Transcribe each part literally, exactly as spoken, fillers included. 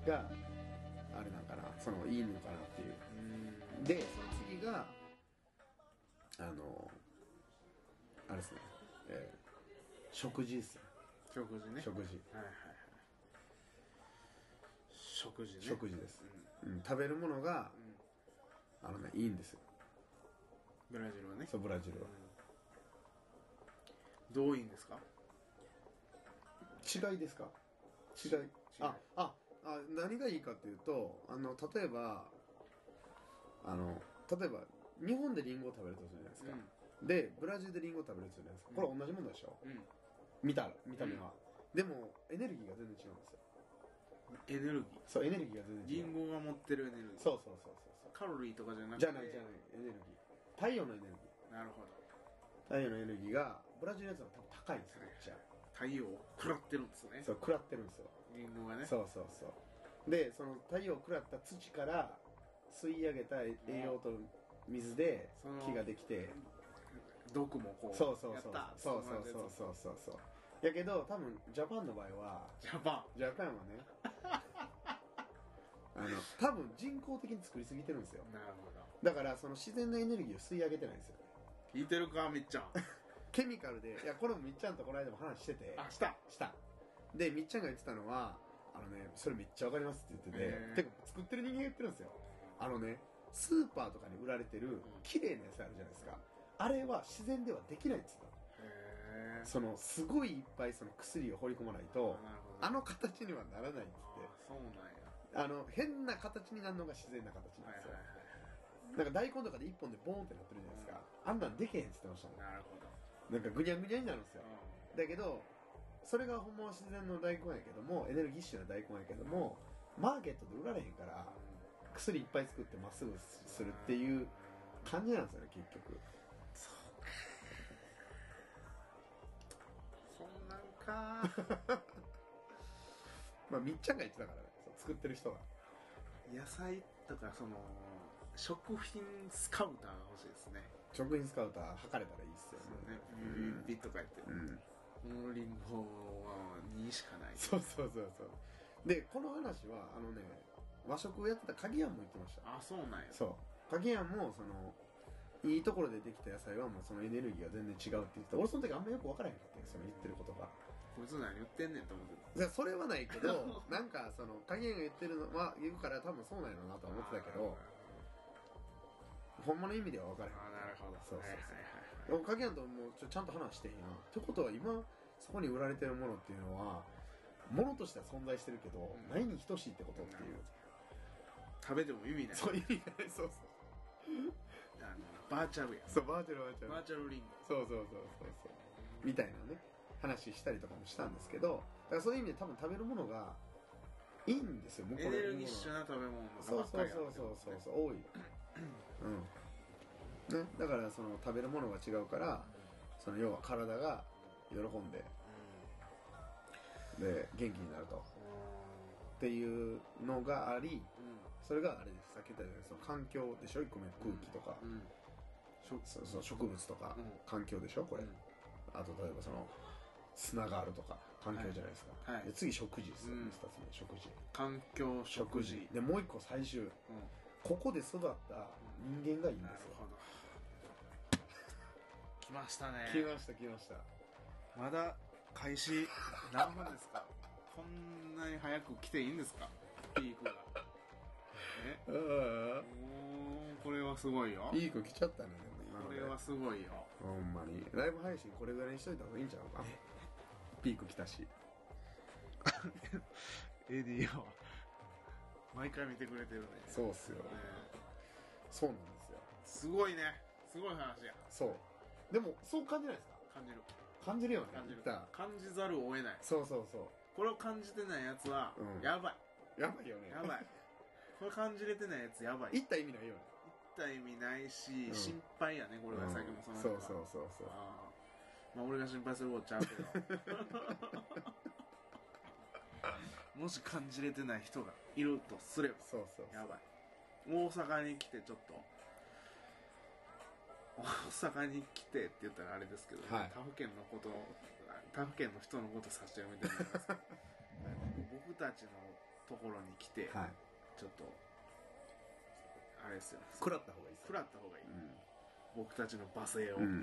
があれなんかな、そのいいのかなっていう。うんでその次があのあれですね、えー、食事ですね。 食事ね。 食事。 はいはいはい。食事ね。 食事です。うん、うん、食べるものが、うん、あのねいいんですよ。 ブラジルはね。 そうブラジルは。 うん、どういいんですか？ 違いですか？違い。違いあああ何がいいかっていうと、あの例えばあの例えば日本でリンゴを食べるとするじゃないですか。うん、でブラジルでリンゴを食べるとするじゃないですか。これ同じものでしょ。うん、見た見た目は、うん、でもエネルギーが全然違うんですよ。 エネルギー。 そうエネルギーが全然違う。 リンゴが持ってるエネルギー。 そうそうそうそう。 カロリーとかじゃなくて。 じゃないじゃないエネルギー。太陽のエネルギー。 なるほど。 太陽のエネルギーがブラジルのやつは多分高いんですよ。めっちゃ。 太陽を食らってるんですね。 そう食らってるんですよ。 リンゴがね。 そうそうそうでその太陽を食らった土から吸い上げた栄養と水で木ができて毒もこうそうそうそうやったそうそうそうそうそうそうやけど多分ジャパンの場合はジャパンジャパンはねあの多分人工的に作りすぎてるんですよ。 なるほど。 だからその自然のエネルギーを吸い上げてないんですよ。 聞いてるかみっちゃんケミカルでいやこれもみっちゃんとこの間も話しててあしたしたでみっちゃんが言ってたのはあのねそれめっちゃわかりますって言ってててか作ってる人間が言ってるんですよ。あのねスーパーとかに売られてる綺麗な野菜あるじゃないですか。あれは自然ではできないんですよ。へそのすごいいっぱいその薬を放り込まないと あ, あの形にはならないっつって。 そうなんや。 あの変な形になるのが自然な形なんですよ。なんか大根とかで一本でボーンってなってるじゃないですか。あんなんでけへんって言ってましたもん。なるほど。なんかぐにゃぐにゃになるんですよ。だけどそれがほんまは自然の大根やけどもエネルギッシュな大根やけどもマーケットで売られへんから薬いっぱい作ってまっすぐするっていう感じなんですよね結局。 そうかそんなんかまあみっちゃんが言ってたからね作ってる人が。 野菜とかその食品スカウターが欲しいですね。 食品スカウター測れたらいいっすよね。 うんビット書いてる、うんこのリンゴはにしかない。 そうそうそうそうでこの話はあのね和食をやってた鍵庵も言ってました。 あそうなんや。 そう鍵庵もそのいいところでできた野菜はもうそのエネルギーが全然違うって言ってた。俺その時あんまよく分からへんかったよその言ってることが。 こいつ何言ってんねんと思ってた。それはないけどなんかその鍵庵が言ってるのは言うから多分そうなんやろうなとは思ってたけどほんまの意味では分からへん。 あなるほど。 そうそうそう。鍵庵ともうちょちゃんと話してへんやんってことは今そこに売られてるものっていうのはものとしては存在してるけど、うん、ないに等しいってことっていう。 食べても意味ない。 そう意味ない。そうそうあのバーチャルや。 そうバーチャルバーチャルバーチャルリンゴ。 そうそうそうそうそうみたいなね話したりとかもしたんですけどだからそういう意味で多分食べるものがいいんですよ。 エネルギッシュな食べ物がばっかりある。そうそうそうそう多いうんねだからその食べるものが違うからその要は体が喜んで、うん、で元気になると、うん、っていうのがあり、うん、それがあれですさっき言ったようにその環境でしょいっこめ空気とか、うん、そそ植物とか、うん、環境でしょこれ、うん、あと例えばその砂があるとか環境じゃないですか、はいはい、で次食事ですよね、うん、ふたつめ食事環境食事でもう一個最終、うん、ここで育った人間がいいんですよ。なるほど来ましたね。 来ました来ました。 まだ開始何分ですかこんなに早く来ていいんですかピークがえおこれはすごいよ。 ピーク来ちゃったね。でも今のこれはすごいよほんまにライブ配信これぐらいにしといた方がいいんちゃうか。ピーク来たしエーディー は毎回見てくれてるね。 そうっすよ、ね、そうなんですよ。 すごいねすごい話や。 そうでもそう感じないですか。 感じる感じるよね。 感じる感じざるを得ない。 そうそうそうこれを感じてないやつは、うん、やばいやばいよね。 やばいこれ感じれてないやつやばい。 言った意味ないよね。 言った意味ないし、うん、心配やねこれは、うん、さっきもそのそうそうそうそうあまあ俺が心配することちゃうけどもし感じれてない人がいるとすればそうそうそうやばい。大阪に来てちょっと大阪に来てって言ったらあれですけど、ねはい、他府県のこと他府県の人のことさせてみてもらいます僕たちのところに来て、 はい、 ちょっとあれですよ、 食らった方がいいです。 食らった方がいい、 うん、 僕たちの罵声を、 うん、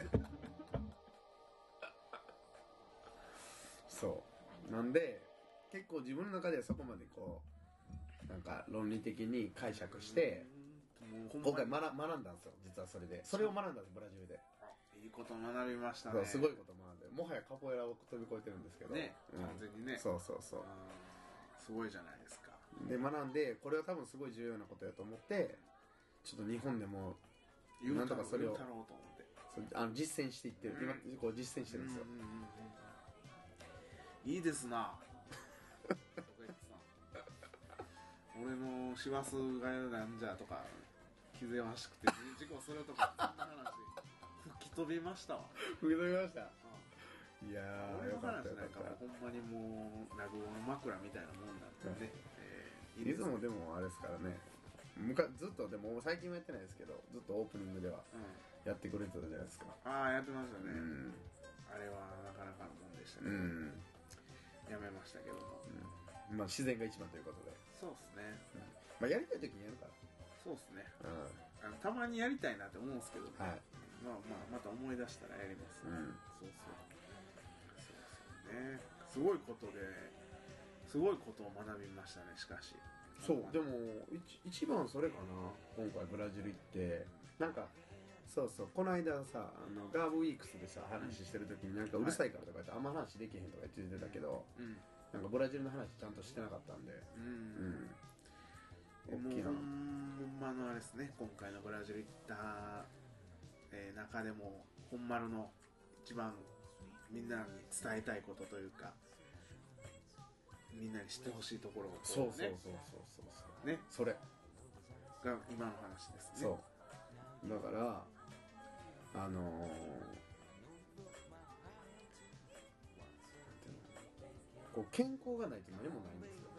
そうなんで結構自分の中ではそこまでこうなんか論理的に解釈して、うん、今回学学んだんですよ。実はそれでそれを学んだんですブラジルで。 いいこと学びましたね。 すごいこと学んで、もはやカポエラを飛び越えてるんですけどね、うん、完全にね。 そうそうそう、 すごいじゃないですか。 で学んでこれは多分すごい重要なことやと思ってちょっと日本でもなんとかそれをあの実践していってる、うん、今こう実践してるんですよ、うんうんうん、いいですな俺の師走がなんじゃとか気ぜわしくて事故するとかそんな話吹き飛びましたわ。 吹き飛びました、うん、いやー俺の話なんかもほんまにもう落語の枕みたいなもんなんでね、 うん、えー、いつもでもあれですからね、ずっとでも最近はやってないですけどずっとオープニングではやってくれてたじゃないですか、 うん、ああやってましたね、うん、あれはなかなかのもんでしたね、うん、やめましたけども、 うん、まあ自然が一番ということで。 そうですね、 うん、まあやりたい時にやるから。 そうですね、うん、あのたまにやりたいなって思うんですけど、ね、はい、まあまあまた思い出したらやりますね、うん、そうそうそうそうね、すごいことですごいことを学びましたね。しかしそうでも一番それかな、今回ブラジル行ってなんかそうそうこの間さあのガーブウィークスでさ話してる時になんかうるさいからとか言ってあんま話できへんとか言ってたけど、うん、なんかブラジルの話ちゃんとしてなかったんで、うん、 うん、大きなほんまのあれですね、今回のブラジル行った、えー、中でも本丸の一番みんなに伝えたいことというかみんなに知ってほしいところを、ね、 そうそうそうそうそうそうね、 それが今の話ですね。 そうだからあのー、こう健康がないと何もないんですよ。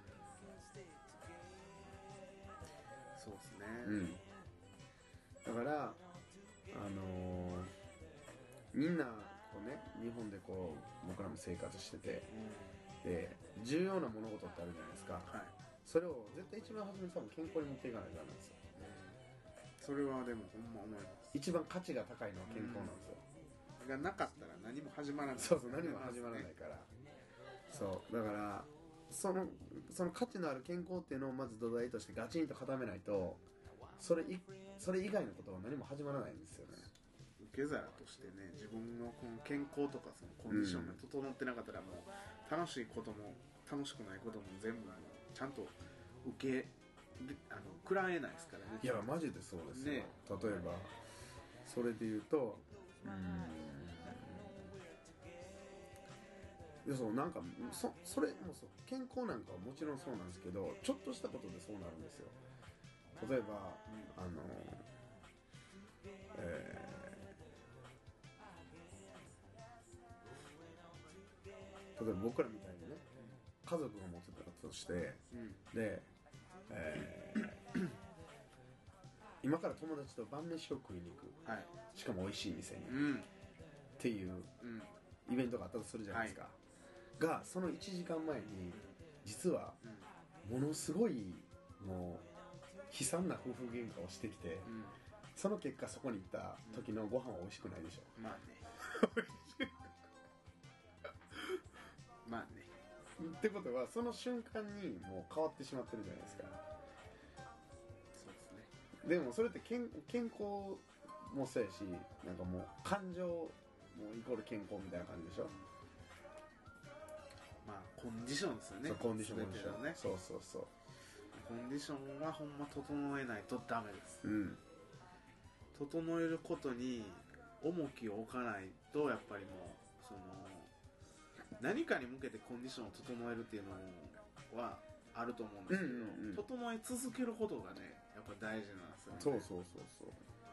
そうですね、 うん、だからあのー、みんなこうね日本でこう僕らも生活してて、うん、で重要な物事ってあるじゃないですか、はい、それを絶対一番初めに多分健康に持っていかないとダメですよ、 うん、それはでもほんま思います。 一番価値が高いのは健康なんですよ、 うん、がなかったら何も始まらない、 そうそう何も始まらないから、ね、そうだからそのその価値のある健康っていうのをまず土台としてガチンと固めないとそれいそれ以外のことは何も始まらないんですよね。 受け皿としてね、自分のこの健康とかそのコンディションが整ってなかったらもう楽しいことも楽しくないことも全部ちゃんと受けあの食らえないですからね。 いやマジでそうですよ、ね、例えばそれで言うとうーんでそうなんか そ, それもそう健康なんかはもちろんそうなんですけどちょっとしたことでそうなるんですよ。例えば、うん、あのえー、例えば僕らみたいにね家族が持ってたとして、うん、で、えー、今から友達と晩飯を食いに行く、はい、しかも美味しい店に、うん、っていうイベントがあったとするじゃないですか、はい、がそのいちじかんまえに実はものすごいもう悲惨な夫婦喧嘩をしてきて、うん、その結果そこに行った時のご飯は美味しくないでしょ、うん、まあねまあねってことはその瞬間にもう変わってしまってるじゃないですか。 そうですね。 でもそれって健健康もそうやしなんかもう感情もイコール健康みたいな感じでしょ、うん、 まあコンディションですよね。 そうコンディションね。そうそうそうコンディションはほんま整えないとダメです、うん、整えることに重きを置かないとやっぱりもうその何かに向けてコンディションを整えるっていうのはあると思うんですけど、うんうんうん、整え続けることがねやっぱ大事なんですよね。 そうそうそうそう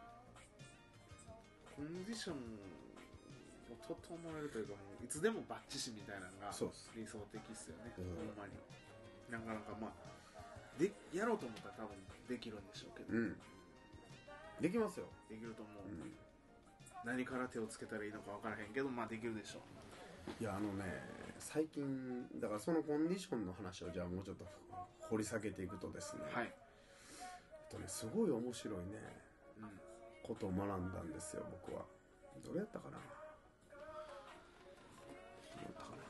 コンディションを整えるというかもういつでもバッチシみたいなのが理想的っすよね、うん、ほんまになかなかまあでやろうと思ったら多分できるんでしょうけど、うん、 できますよ。 できると思う、うん、何から手をつけたらいいのか分からへんけどまあできるでしょう。 いやあのね最近だからそのコンディションの話をじゃあもうちょっと掘り下げていくとですね、 はい、 えっとねすごい面白いね、 うん、 ことを学んだんですよ僕は。どれやったかな、どれやったかな、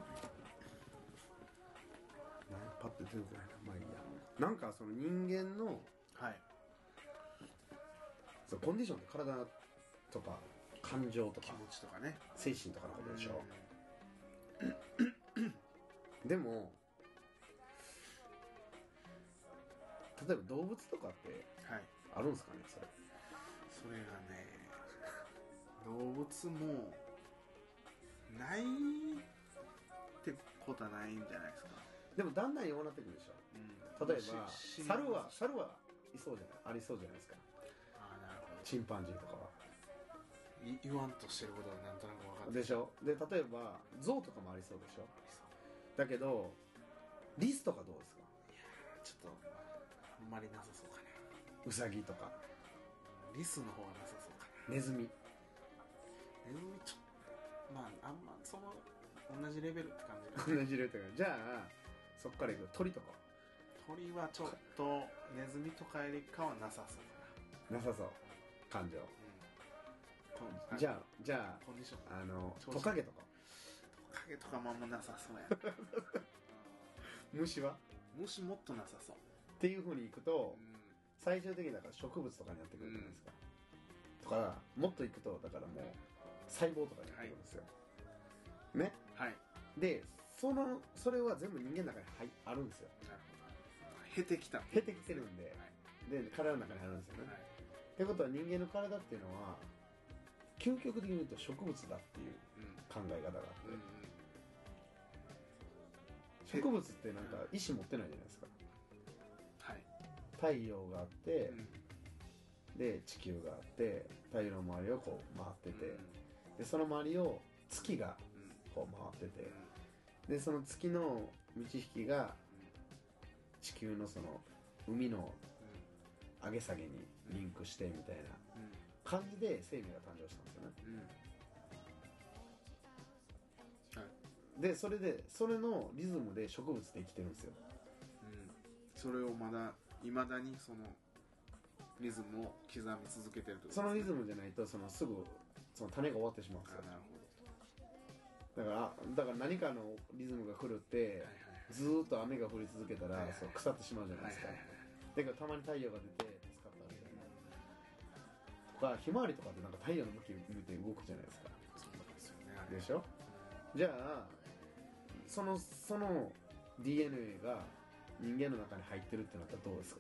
パッて出てこないな、まあいいや。なんかその人間の、 はい、 そうコンディションって体とか感情とか気持ちとかね、 精神とかのことでしょ。でも例えば動物とかってあるんですかね、それ。 それがね、動物もないってことはないんじゃないですか。 でもだんだん弱なってくるでしょ、うん、例えば猿は猿はいそうじゃない、ありそうじゃないですか。 ああ、なるほど。 チンパンジーとかは言わんとしてることはなんとなく分かってでしょ。で例えば象とかもありそうでしょ。だけどリスとかどうですか。 いやちょっとあんまりなさそうかな。 ウサギとかリスの方がなさそうかな。 ネズミ。 ネズミちょっとまああんまその同じレベルって感じ同じレベルって感じ。じゃあそっからいく鳥とか。 鳥はちょっとネズミとかよりかはなさそうかな。なさそう感情、 うん、 じゃあじゃあコンディションあのトカゲとか。 トカゲとかもあんまなさそうや虫は虫もっとなさそうっていうふうにいくと、 うん、 最終的にだから植物とかになってくるじゃないですか、うん、とかもっといくとだからもう細胞とかになってくるんですよ、はい、ね、 はい、 でそのそれは全部人間の中に入あるんですよ。 なるほど。減ってきた減ってきてるんで、はい、で体の中にあるんですよね、はい、ってことは人間の体っていうのは究極的に言うと植物だっていう考え方があって、うんうんうん、植物ってなんか意志持ってないじゃないですか、はい、太陽があって、うん、で地球があって太陽の周りをこう回ってて、うん、でその周りを月がこう回ってて、うん、でその月の満ち引きが地球のその海の上げ下げにリンクしてみたいな感じで生命が誕生したんですよね、うん、はい、でそれでそれのリズムで植物って生きてるんですよ、 うん、それをまだいまだにそのリズムを刻み続けてると、ね、 そのリズムじゃないとそのすぐその種が終わってしまうんですよ。なるほど。だからだから何かのリズムが来るって、はいはいはい、ずーっと雨が降り続けたら、はいはい、そう腐ってしまうじゃないですか、はいはいはい、だからたまに太陽が出て使ったみたいなとか、ひまわりとかってなんか太陽の向きを向いて動くじゃないですか。そうなんですよね。でしょ。じゃあそのその ディーエヌエー が人間の中に入ってるってなったらどうですか。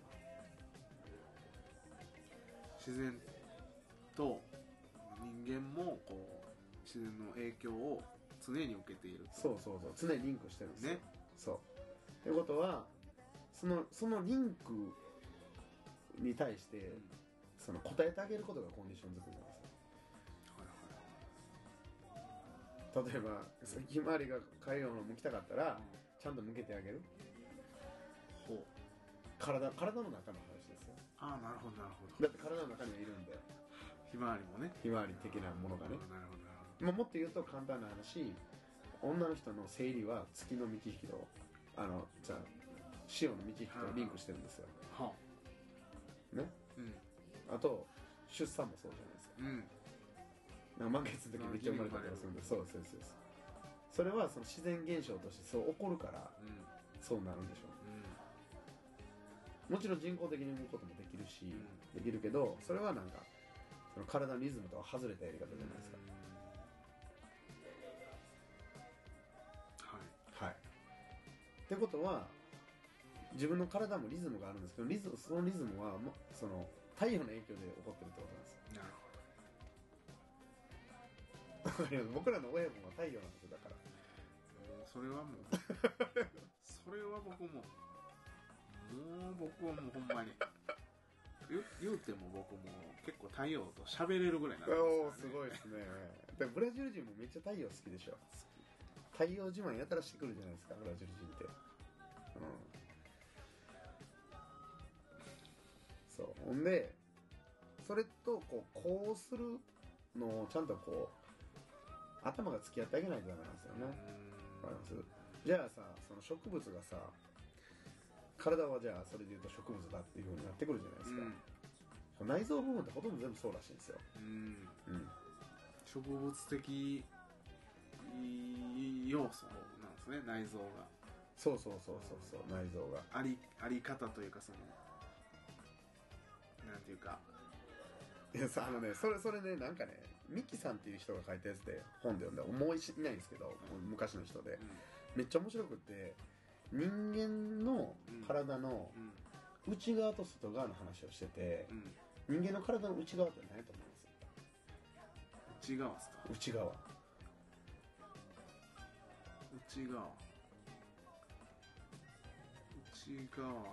自然と人間もこう自然の影響を常に受けている。 そうそうそう、常にリンクしてるんですよ、ね、そうってことはそのそのリンクに対して、うん、その答えてあげることがコンディション作りなんですよ、はいはい、例えばひまわりが太陽の向きたかったら、うん、ちゃんと向けてあげる。ほう。体体の中の話ですよ。 ああ、なるほどなるほど。 だって体の中にはいるんで、 ひまわりもね、 ひまわり的なものがね。 なるほどなるほど。まあ、もっと言うと簡単な話、女の人の生理は月の満ち引きとあのじゃあ潮の満ち引きとリンクしてるんですよ。はあ、ね、うん、あと出産もそうじゃないですか。うん。なんか満月の時にめっちゃ生まれたりとかするんで、そうそうそうそう。それはその自然現象としてそう起こるから、うん、そうなるんでしょう。うん、もちろん人工的に産むこともできるし、うん、できるけど、それはなんかその体のリズムとは外れたやり方じゃないですか。うん、はい。はい。ってことは自分の体もリズムがあるんですけど、リズムそのリズムはもその太陽の影響で起こってるってことなんですよ。なるほど。僕らの親分は太陽なんですよ。だからそれはもうそれは僕ももう僕はもうほんまに言, 言うても僕も結構太陽と喋れるぐらいなんですよ、ね、 おーすごいですね。でブラジル人もめっちゃ太陽好きでしょ。太陽自慢やたらしてくるじゃないですか、ブラジル人って。うん、そうほんでそれとこうこうするのをちゃんとこう頭が付き合ってあげないとダメなんですよね。 かります？じゃあさ、その植物がさ、体はじゃあそれでいうと植物だっていう風になってくるじゃないですか、うん、内臓部分ってほとんど全部そうらしいんですよ、うんうん、植物的要素なんですね、内臓が。 そうそうそうそうそう、内臓があり、あり方というか、そのなんていうか、 いやさ、あのね、それそれね、なんかね、ミキさんっていう人が書いたやつで本で読んだ、思いいないんですけど、うん、昔の人で、うん、めっちゃ面白くって、人間の体の内側と外側の話をしてて、うん、人間の体の内側って何と思います？ 内側ですか？ 内側内側内側は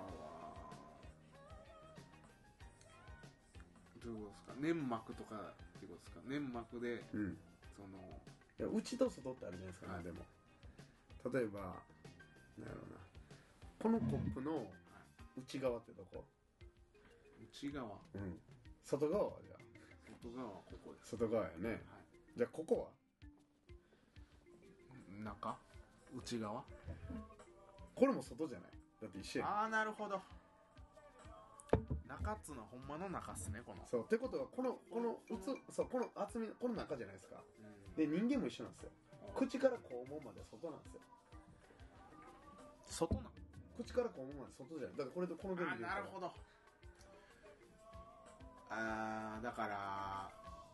どういうことですか？粘膜とかってことですか？粘膜で、うん、そのいや内と外ってあるじゃないですか、ね、はい、でも例えばなんやろうな、このコップの内側ってどこ？ 内側、うん、 外側はじゃあ外側はここです。 外側やね、はい、じゃあここは中？内側？ これも外じゃない？だって一緒やん。 ああ、なるほど。中っつうのはほんまの中っすね、この。 そうってことはこのこのうつそうこの厚みこの中じゃないですか、うん、で人間も一緒なんですよ。口から肛門まで外なんですよ。 外なの？ 口から肛門まで外じゃない。だってこれとこの原理で言うから。 あ、なるほど。あー、だから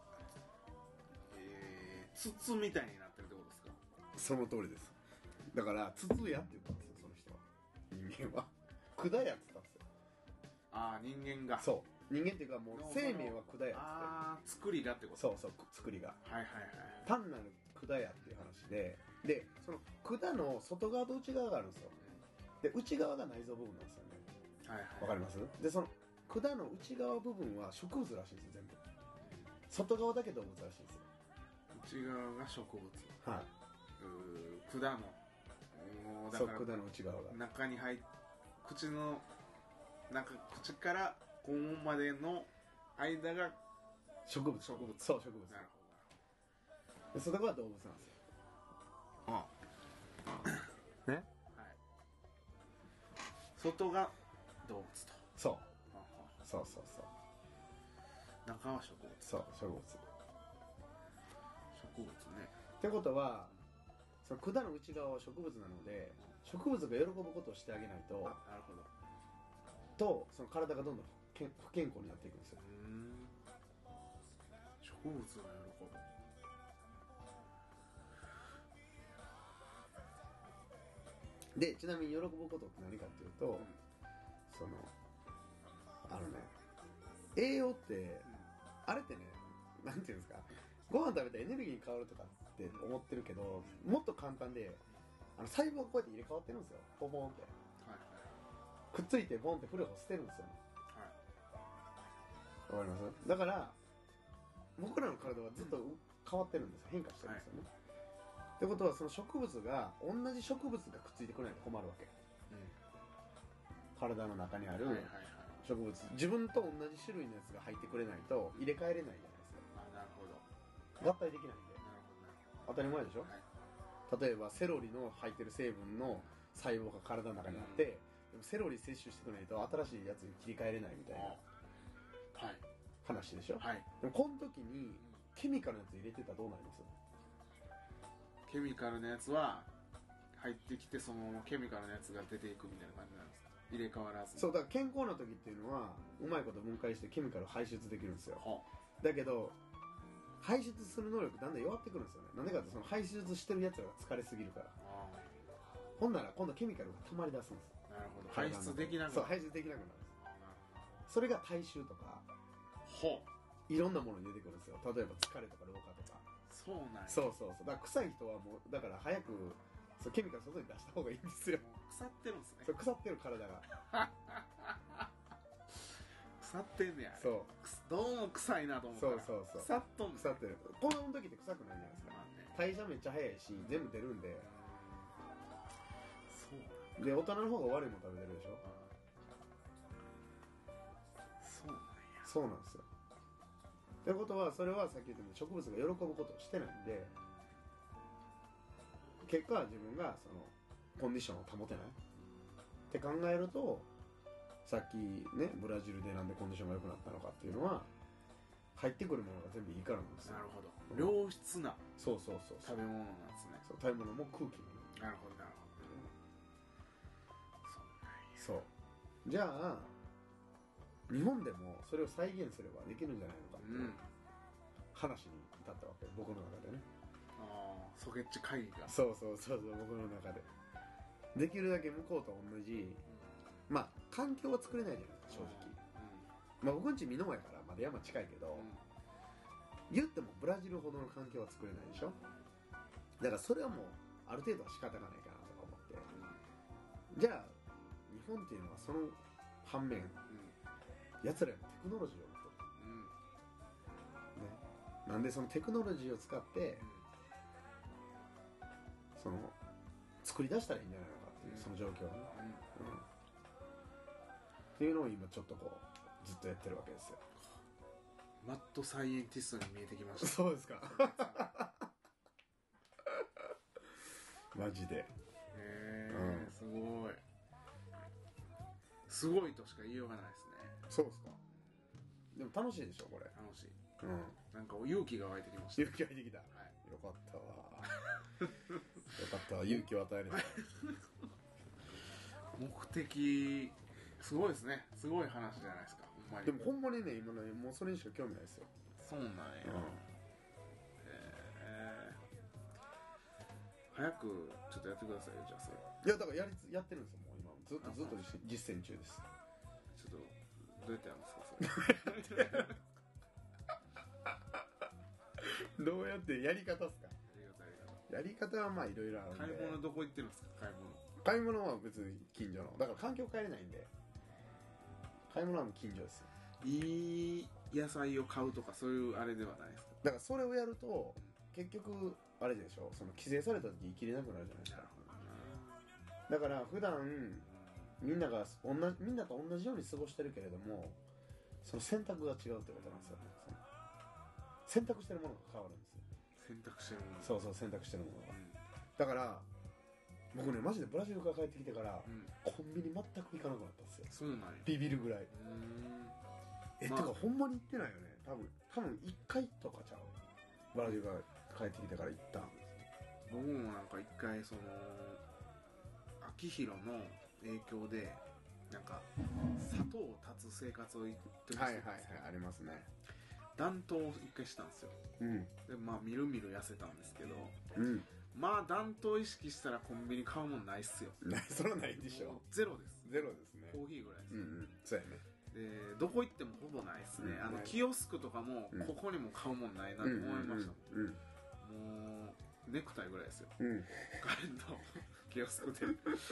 えー、筒みたいになってるってことですか？ その通りです。だから筒やって言ったんですよ、その人は。人間は管やって言ったんですよ。 ああ、人間が。 そう人間っていうかもう生命は管やって言って。 ああ、作りがってこと？ そうそう、作りが、はいはいはい、単なる管やっていう話で、でその管の外側と内側があるんですよ。で内側が内臓部分なんですよね。はいはい、わかります？でその管の内側部分は植物らしいんですよ、全部。外側だけ動物らしいんですよ。 内側が植物。はい。う管のもうだからそう、管の内側が中に入っ口の中、口から肛門までの間が植物。植物。そう、植物。なるほど。で外側は動物なんですよ。ああね、はい、 外が動物と。 そうそうそうそう。 中は植物。 そう、植物。 植物ね。 ってことは、その管の内側は植物なので、植物が喜ぶことをしてあげないと、なるほど。と、その体がどんどん不健康になっていくんですよ。うーん、 植物が喜ぶ。で、ちなみに喜ぶことって何かっていうと、うん、そのあのね、栄養って、うん、あれってね、なんていうんですか、ご飯食べたらエネルギーに変わるとかって思ってるけど、もっと簡単で、あの細胞がこうやって入れ替わってるんですよ、ポポンって、はい、くっついてボンってフルを捨てるんですよね。わ、はい、かります？だから僕らの体はずっと変わってるんですよ、変化してるんですよね。はい、ってことは、その植物が同じ植物がくっついてこないと困るわけ、うん、体の中にある、はいはいはい、植物、自分と同じ種類のやつが入ってくれないと入れ替えれないじゃないですか。あ、なるほど。合体できないんで。なるほど。当たり前でしょ、はい、例えばセロリの入ってる成分の細胞が体の中にあって、うん、でもセロリ摂取してくれないと新しいやつに切り替えれないみたいな、はい、話でしょ、はい、でもこの時にケミカルのやつ入れてたらどうなります？ ケミカルのやつは入ってきて、そのままケミカルのやつが出ていくみたいな感じなんですか？入れ替わらず。 そう、だから健康な時っていうのはうまいこと分解してケミカルを排出できるんですよ。だけど排出する能力だんだん弱ってくるんですよね。なんでかってその排出してるやつらが疲れすぎるから。ほんなら今度ケミカルが溜まり出すんです。 なるほど。排出できなくなる。 そう、排出できなくなるんです。それが体臭とか、ほう、いろんなものに出てくるんですよ。例えば疲れとか老化とか。そうなんや。そうそうそう。だから臭い人はもうだから早くそうケミカル外に出した方がいいんですよ。 腐ってるんですね。 そう、腐ってる体が。 腐ってんねや。 そう。 どうも臭いなと思ったら。そうそうそう。腐っとん腐ってる。子供の時って臭くないじゃないですか。まあね、代謝めっちゃ早いし全部出るんで。そう。で大人の方が悪いもの食べてるでしょ。そうなんや。そうなんですよ。ってことはそれはさっき言ったように植物が喜ぶことをしてないんで、 結果自分がそのコンディションを保てないって考えると、さっきねブラジルでなんでコンディションが良くなったのかっていうのは入ってくるものが全部いいからなんですよ。 なるほど、良質なそうそうそう食べ物なんですね。 そう、食べ物も空気もね。 なるほどなるほど。そう。じゃあ日本でもそれを再現すればできるんじゃないのかっていう話に至ったわけ、僕の中でね。 ああ、ソゲッチ会議が。 そうそうそうそう、僕の中でできるだけ向こうと同じ、うん、まあ環境は作れないじゃないですか正直、うん、まあ僕んち美濃やからまだ山近いけど、うん、言ってもブラジルほどの環境は作れないでしょ。だからそれはもうある程度は仕方がないかなとか思って、うん、じゃあ日本っていうのはその反面、うん、奴らのテクノロジーを持ってる、うんね、なんでそのテクノロジーを使って、うん、その作り出したらいいんじゃないのかっていう、うん、その状況をね、うんうん、っていうのを今ちょっとこうずっとやってるわけですよ。 マッドサイエンティストに見えてきました。 そうですか。マジで。へえ、うん、すごいすごいとしか言いようがないですね。 そうですか。でも楽しいでしょこれ。 楽しい、 うん、 なんか勇気が湧いてきました。 勇気湧いてきた、はい、よかったわよかったわ、勇気を与える目的すごいですね。すごい話じゃないですか、ほんまに。 でもほんまにね今ねもうそれにしか興味ないですよ。 そうなんや、うん、えー、早くちょっとやってくださいよ。じゃあそれいやだからやりやってるんですよもう今ずっとずっと実践中です。 ちょっとどうやってやるんですかそれどうやってやり方っすか。やり方はまあいろいろあるんで。 買い物どこ行ってるんですか。買い物買い物は別に近所のだから環境変えれないんで買い物はもう近所ですよ。 いい野菜を買うとかそういうあれではないですか。 だからそれをやると結局あれでしょ、その規制された時生きれなくなるじゃないですか。だから普段みんなが同じみんなと同じように過ごしてるけれどもその選択が違うってことなんですよね。その選択してるものが変わるんですよ。 選択してるもの。 そうそう、選択してるものが、うん、だから僕ねマジでブラジルから帰ってきてから、うん、コンビニ全く行かなくなったんですよ。 そうなんや。 ビビるぐらい。うーんえ、まあ、てかほんまに行ってないよね。多分多分いっかいとかちゃう。ブラジルから帰ってきてから行ったんです。 僕もなんか一回その秋広の影響でなんか砂糖を断つ生活を言ってました。はいはいはい、ありますね。 断糖を一回したんですよ、うん、でまあみるみる痩せたんですけど、うん、まあ断糖意識したらコンビニ買うもんないっすよ。 それはないでしょ。 ゼロです。 ゼロですね。 コーヒーぐらいです、 うんうん、そうやね。 でどこ行ってもほぼないっすね、うん、あのキオスクとかもここにも買うもんないなと思いましたもん、うんうんうん、もうネクタイぐらいですよ、うん、カレンダーキオスクで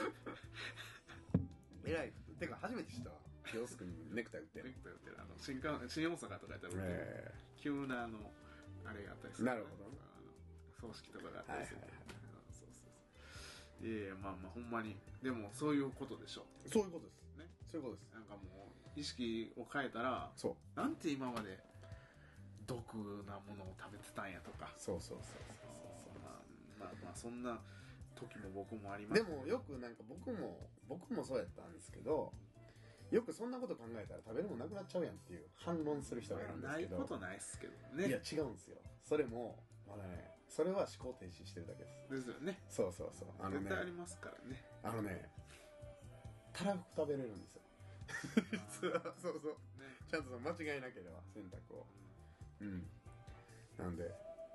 えらい。てか初めて知ったわ。キオスクにネクタイ売ってる。ネクタイ売ってる。あの新幹新大阪とかやったら売ってる、えー、急なあのあれがあったりする。 なるほどね。 葬式とかがあったりする、はいはいはい、そうそうそう。いやいやまあまあほんまにでもそういうことでしょ。 そういうことですね。そういうことです。 なんかもう意識を変えたらそうなんて今まで毒なものを食べてたんやとか。 そうそうそうそうそう。 まあまあまあそんな時も僕もあります。 でもよくなんか僕も僕もそうやったんですけど、よくそんなこと考えたら食べるもんなくなっちゃうやんっていう反論する人がいるんですけど、 ないことないっすけどね。 いや違うんですよ。それもまだね、それは思考停止してるだけです。 ですよね。 そうそうそう。 あのね、絶対ありますからね。 あのね、たらふく食べれるんですよ。そうそうそう、ね、ちゃんとその間違いなければ選択を、うん、なんで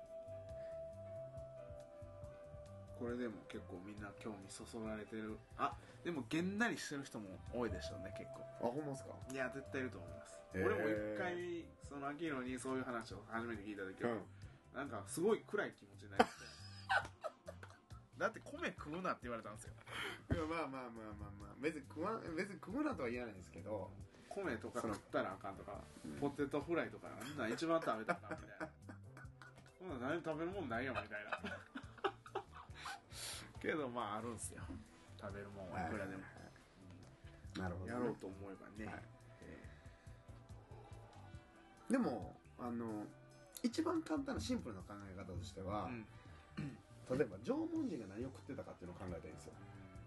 これでも結構みんな興味そそられてる。あ、でもげんなりしてる人も多いでしょうね結構。 あ、ほんまですか。 いや絶対いると思います。俺も一回その秋広にそういう話を初めて聞いた時は、うん、なんかすごい暗い気持ちになりましただって米食うなって言われたんですよ。 いやまあまあまあまあまあ別に食わ別に食うなとは言わないんですけど、 米とか食ったらあかんとか、うん、ポテトフライとかなんだ一番食べたらあかんみたいなそんな何食べるもんないよみたいなけどまああるんすよ食べるもんはいくらでも、はいうん、なるほど、ね、 やろうと思えばね、はいえー、でもあの一番簡単なシンプルな考え方としては、うん、 例えば縄文人が何を食ってたかっていうのを考えたらいいんですよ。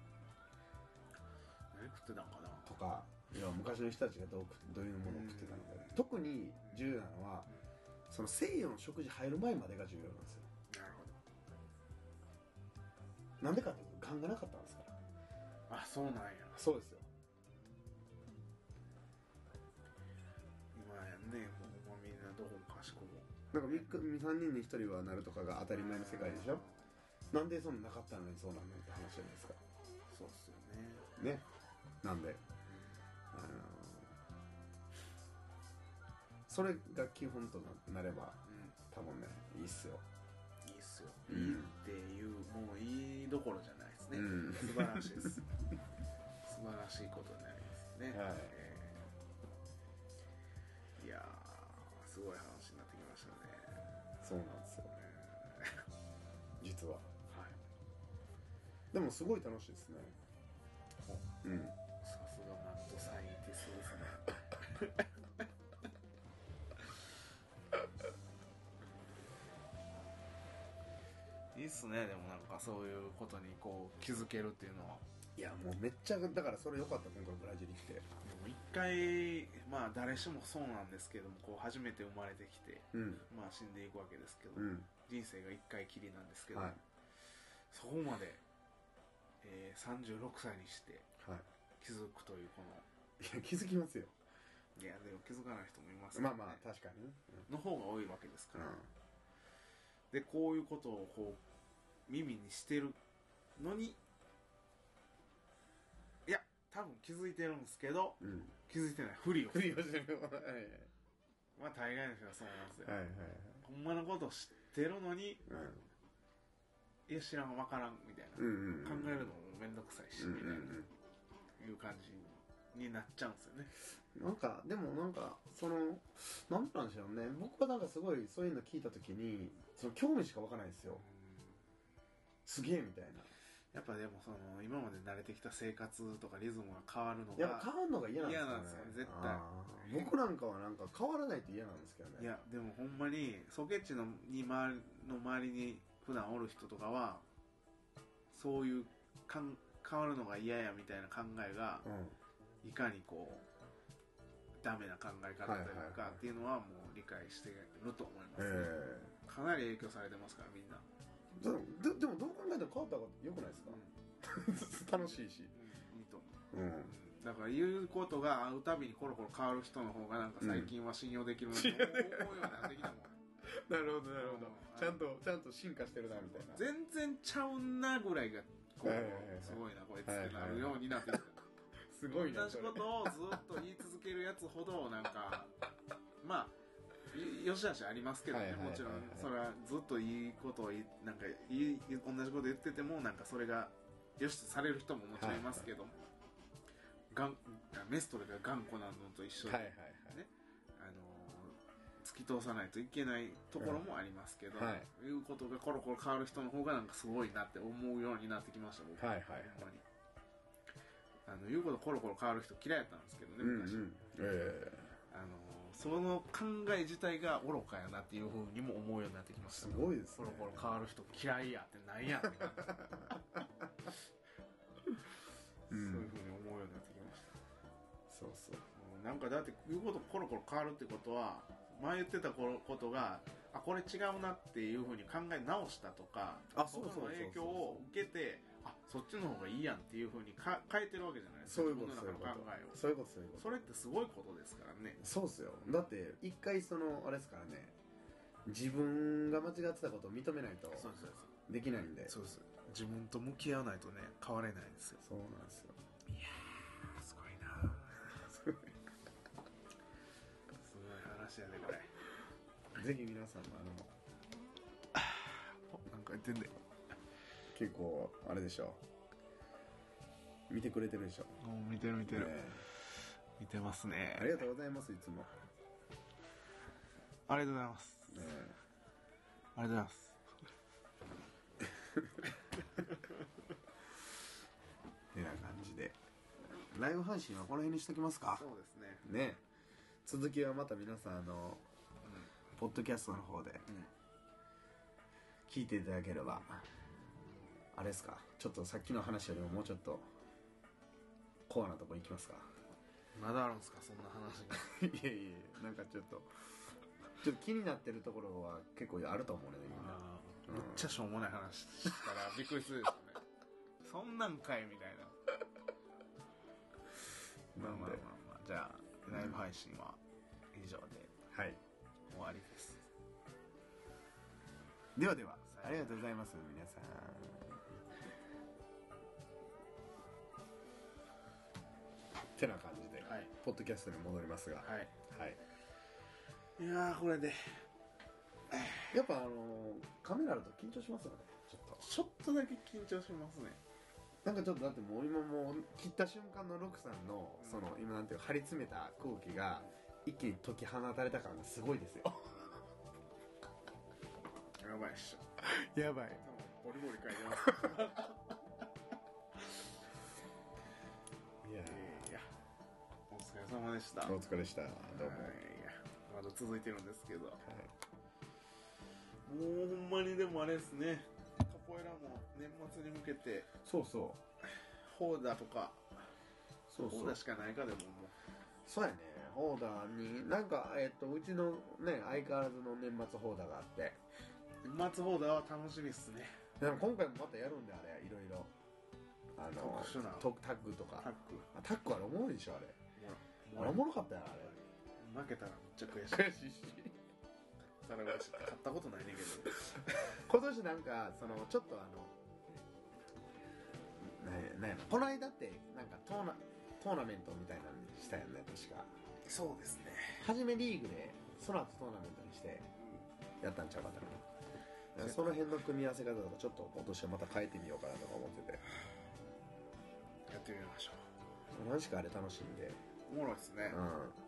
何食ってたのかなとか、いや昔の人たちがどうどういうものを食ってたのか、特に重要なのはその西洋の食事入る前までが重要なんですよ。 なるほど。 なんでかっていうと、がんがなかったんですから。 あ、そうなんや。 そうですよ。 今やね、もうみんなどこもかしこも。 なんかさんにんにひとりはなるとかが当たり前の世界でしょ。なんでそんななかったのにそうなんのって話じゃないですか。 そうっすよね。 ね。なんで、あのー、それが基本となれば、うん、多分ね、いいっすよ。 いいっすよ。いいっていう、もういいどころじゃないですね。うん、素晴らしいです。素晴らしいことになりますね。はい。えー、いやー、すごい話になってきましたね。 そうなんですよ。実は。はい。でもすごい楽しいですね。うん。 さすがマッドサイエンティストですね。いいっすね。でもなんかそういうことにこう気づけるっていうのは。 いやもうめっちゃだからそれ良かった。今回ブラジル来て。でも一回まあ誰しもそうなんですけども、こう初めて生まれてきて、うん、まあ死んでいくわけですけど、うん、人生が一回きりなんですけど、はい、そこまで、えー、さんじゅうろくさいにして気づくというこの、 いや気づきますよ。 いやでも気づかない人もいますからね。 まあまあ確かに、うん、 の方が多いわけですから、うん、でこういうことをこう耳にしてるのに、いや多分気づいてるんですけど、うん、気づいてないふりをする。まあ大概の人はそうなんですよ。はいはいはい、ほんまのこと知ってるのに、うん、いや知らん分からんみたいな、うんうんうん、考えるのもめんどくさいし、みたいな、うんうん、いう感じになっちゃうんですよね。 なんかでもなんかそのなんなんでしょうね。僕はなんかすごいそういうの聞いたときにその興味しか湧かないんですよ。すげえみたいな。 やっぱでもその今まで慣れてきた生活とかリズムが変わるのがやっぱ変わるのが嫌なんですよね。 嫌なんですよ絶対。 僕なんかはなんか変わらないと嫌なんですけどね。 いやでもほんまにソケッチのに周りの周りに普段おる人とかはそういうかん変わるのが嫌やみたいな考えが、うん、いかにこうダメな考え方というかっていうのはもう理解してると思いますね、えー、かなり影響されてますからみんな。 で, で, でもどう考えても変わった方が良くないですか、うん、楽しいし、 うん、いいと思う、うん、だから言うことが会うたびにコロコロ変わる人の方がなんか最近は信用できるなと思うようになってきたもん。 なるほどなるほど、ちゃんとちゃんと進化してるなみたいな。 全然ちゃうなぐらいがこう、はいはいはい、すごいなこいつってなるようになってきた。 すごいな。 同じことをずっと言い続けるやつほどなんかまあよしあしありますけどね、もちろんそれはずっといいことをなんかいい同じこと言っててもなんかそれがよしとされる人ももちろんいますけども、はいはい、メストレが頑固なのと一緒で、ね、はいはいはい、あの突き通さないといけないところもありますけど、はい、いうことがコロコロ変わる人の方がなんかすごいなって思うようになってきました僕は、はいはいはい、ほんまにあの言うことコロコロ変わる人嫌いだったんですけどね昔、うんうん、えー、あのその考え自体が愚かやなっていうふうにも思うようになってきました。 すごいですね。 コロコロ変わる人嫌いやってなんやって感じそういうふうに思うようになってきました。 そうそう、 なんかだって言うことコロコロ変わるってことは前言ってたことがあこれ違うなっていうふうに考え直したとか、あその影響を受けてあそっちの方がいいやんっていうふうにか変えてるわけじゃないですか。 そういうこと、そういうこと、そういうこと、そういうこと。 それってすごいことですからね。 そうっすよ。だって一回そのあれですからね、自分が間違ってたことを認めないとできないんで。 そうです。自分と向き合わないとね変われないんですよ。 そうなんですよ。 いやーすごいなすごいすごい話やでこれ。 ぜひ皆さんあのなんか言ってんで結構あれでしょう、見てくれてるでしょ。 もう見てる見てる、ね、見てますね。 ありがとうございます。いつもありがとうございます、ね、ありがとうございますてな感じでライブ配信はこの辺にしときますか。 そうですね。 ね、続きはまた皆さんあの、うん、ポッドキャストの方で聞いていただければあれですか、ちょっとさっきの話よりももうちょっとコアなとこ行きますか。 まだあるんですかそんな話が。 いやいやいや、なんかちょっとちょっと気になってるところは結構あると思うね、みんな。 めっちゃしょうもない話したらびっくりするでしょうね。そんなんかいみたいな。まあまあまあまあ、じゃあライブ配信は以上ではい終わりです。 ではでは、ありがとうございます皆さん。てな感じで、 はい、 ポッドキャストに戻りますが、 はいはい、 いやーこれでやっぱあのー、カメラあると緊張しますよね。ちょっとちょっとだけ緊張しますね。 なんかちょっとだってもう今もう切った瞬間のロクさんのその今なんていうか張り詰めた空気が一気に解き放たれた感がすごいですよ。 やばいっしょ。やばい。 ボリボリ書いてます。 いやいやお疲れ様でした。 お疲れでした。どうも。 いやまだ続いてるんですけど、 はい、 もうほんまにでもあれですね。カポエラも年末に向けてそうそうホーダーとかそうそうホーダーしかないかでももうそうやね。ホーダーになんかえっとうちのね相変わらずの年末ホーダーがあって、 年末ホーダーは楽しみっすね。 でも今回もまたやるんであれいろいろあの特殊なタッグとかタッグあタッグあれおもろいでしょあれ。 もあれおもろかったよあれ。 負けたらめっちゃ悔しい。 悔しいし。 それは勝ったことないねんけど。 今年なんかそのちょっとあのなんやなんやこの間ってなんかトーナトーナメントみたいなのにしたよね確か。 そうですね。 初めリーグでその後トーナメントにしてやったんちゃうかったな。その辺の組み合わせ方とかちょっと今年はまた変えてみようかなとか思ってて。 やってみましょマジかあれ楽しいんで。 う。おもろいですね。 うん。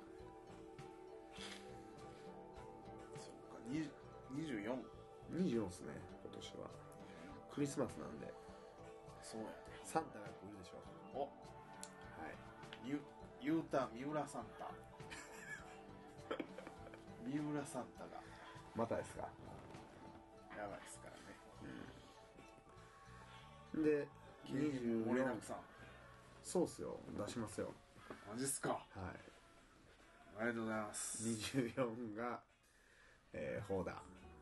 そっか、ににじゅうよん。 にじゅうよんっすね今年は。クリスマスなんで。 そうやね。 サンタが来るでしょ。 お、 はい。 ゆゆうた三浦サンタ。三浦サンタがまたですか。 やばいですからね。 うん、でにじゅうよん盛りだくさん。 そうっすよ出しますよ。 マジっすか。 はい。 ありがとうございます。 にじゅうよんが、えー、ホーダー。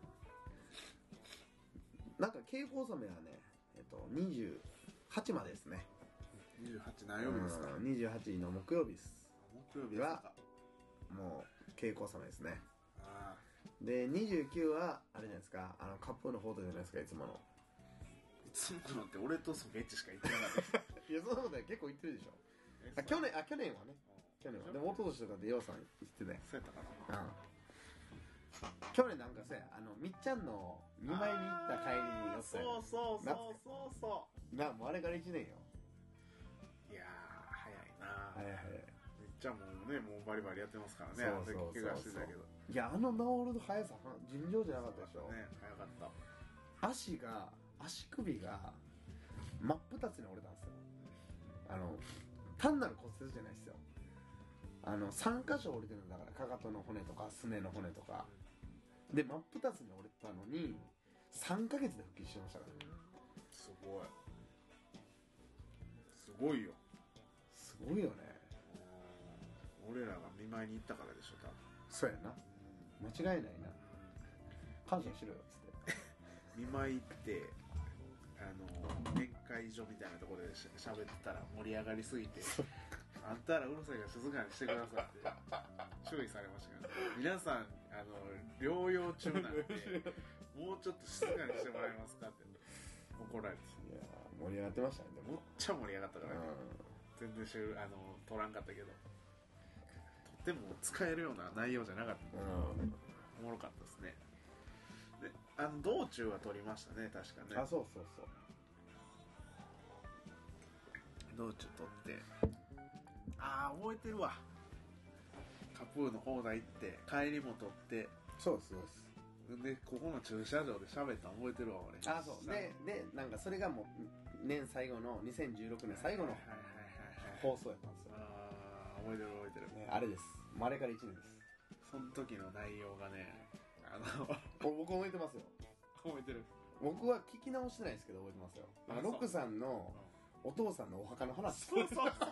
なんか稽古納めはね、えっと、にじゅうはちまでですね。 にじゅうはち何曜日ですか。 にじゅうはちの木曜日です。 木曜日はもう稽古納めですね。 あでにじゅうくはあれじゃないですか、あのカップのフォートじゃないですか、いつもの。 いつものって俺とソゲッチしか言ってなかった。 いやそんなことない、結構言ってるでしょ。あ去年あ去年はね、去年はでも一昨年とかでヨウさん言ってたよ。 そうやったかな。 うん。去年なんかさ、あのみっちゃんの見舞いに行った帰りに寄ったよ。 そうそうそうそうそうなもうあれからいちねんよ。 いやー早いな。 はいはい。 めっちゃもうねもうバリバリやってますからね。 そうそうそうそう怪我してたけどいやあの治る速さ尋常じゃなかったでしょ。 ね早かった。 足が足首が真っ二つに折れたんですよ。あの単なる骨折じゃないですよ。あのさん箇所折れてるんだからかかとの骨とかすねの骨とかで真っ二つに折れたのにさんかげつで復帰してましたからね。 すごいすごいよ。 すごいよね。 俺らが見舞いに行ったからでしょ多分。 そうやな、間違いないな。感謝しろよっつって見舞い行ってあの面会所みたいなところでしゃべってたら盛り上がりすぎてあんたらうるさいから静かにしてくださいって注意されましたけど、皆さんあの療養中なんでもうちょっと静かにしてもらえますかって怒られて。 いや盛り上がってましたね。でもめっちゃ盛り上がったから、ね、全然しゅあの取らんかったけどとても使えるような内容じゃなかった、うん、おもろかったですね。であの道中は撮りましたね確かね。 あそうそうそう道中撮ってああ覚えてるわ。カプーの放題行って帰りも撮ってそうですそうです。 でここの駐車場で喋ったの覚えてるわ俺。 あそうででなんかそれがもう年最後のにせんじゅうろくねん最後の放送やったんですよ。 ああ覚えてる覚えてる、 ね、あれです。あれからいちねんです。 その時の内容がねあの僕覚えてますよ。 覚えてる僕は聞き直してないですけど覚えてますよ。なんかロックさんのお父さんのお墓の話。 そうそうそうそう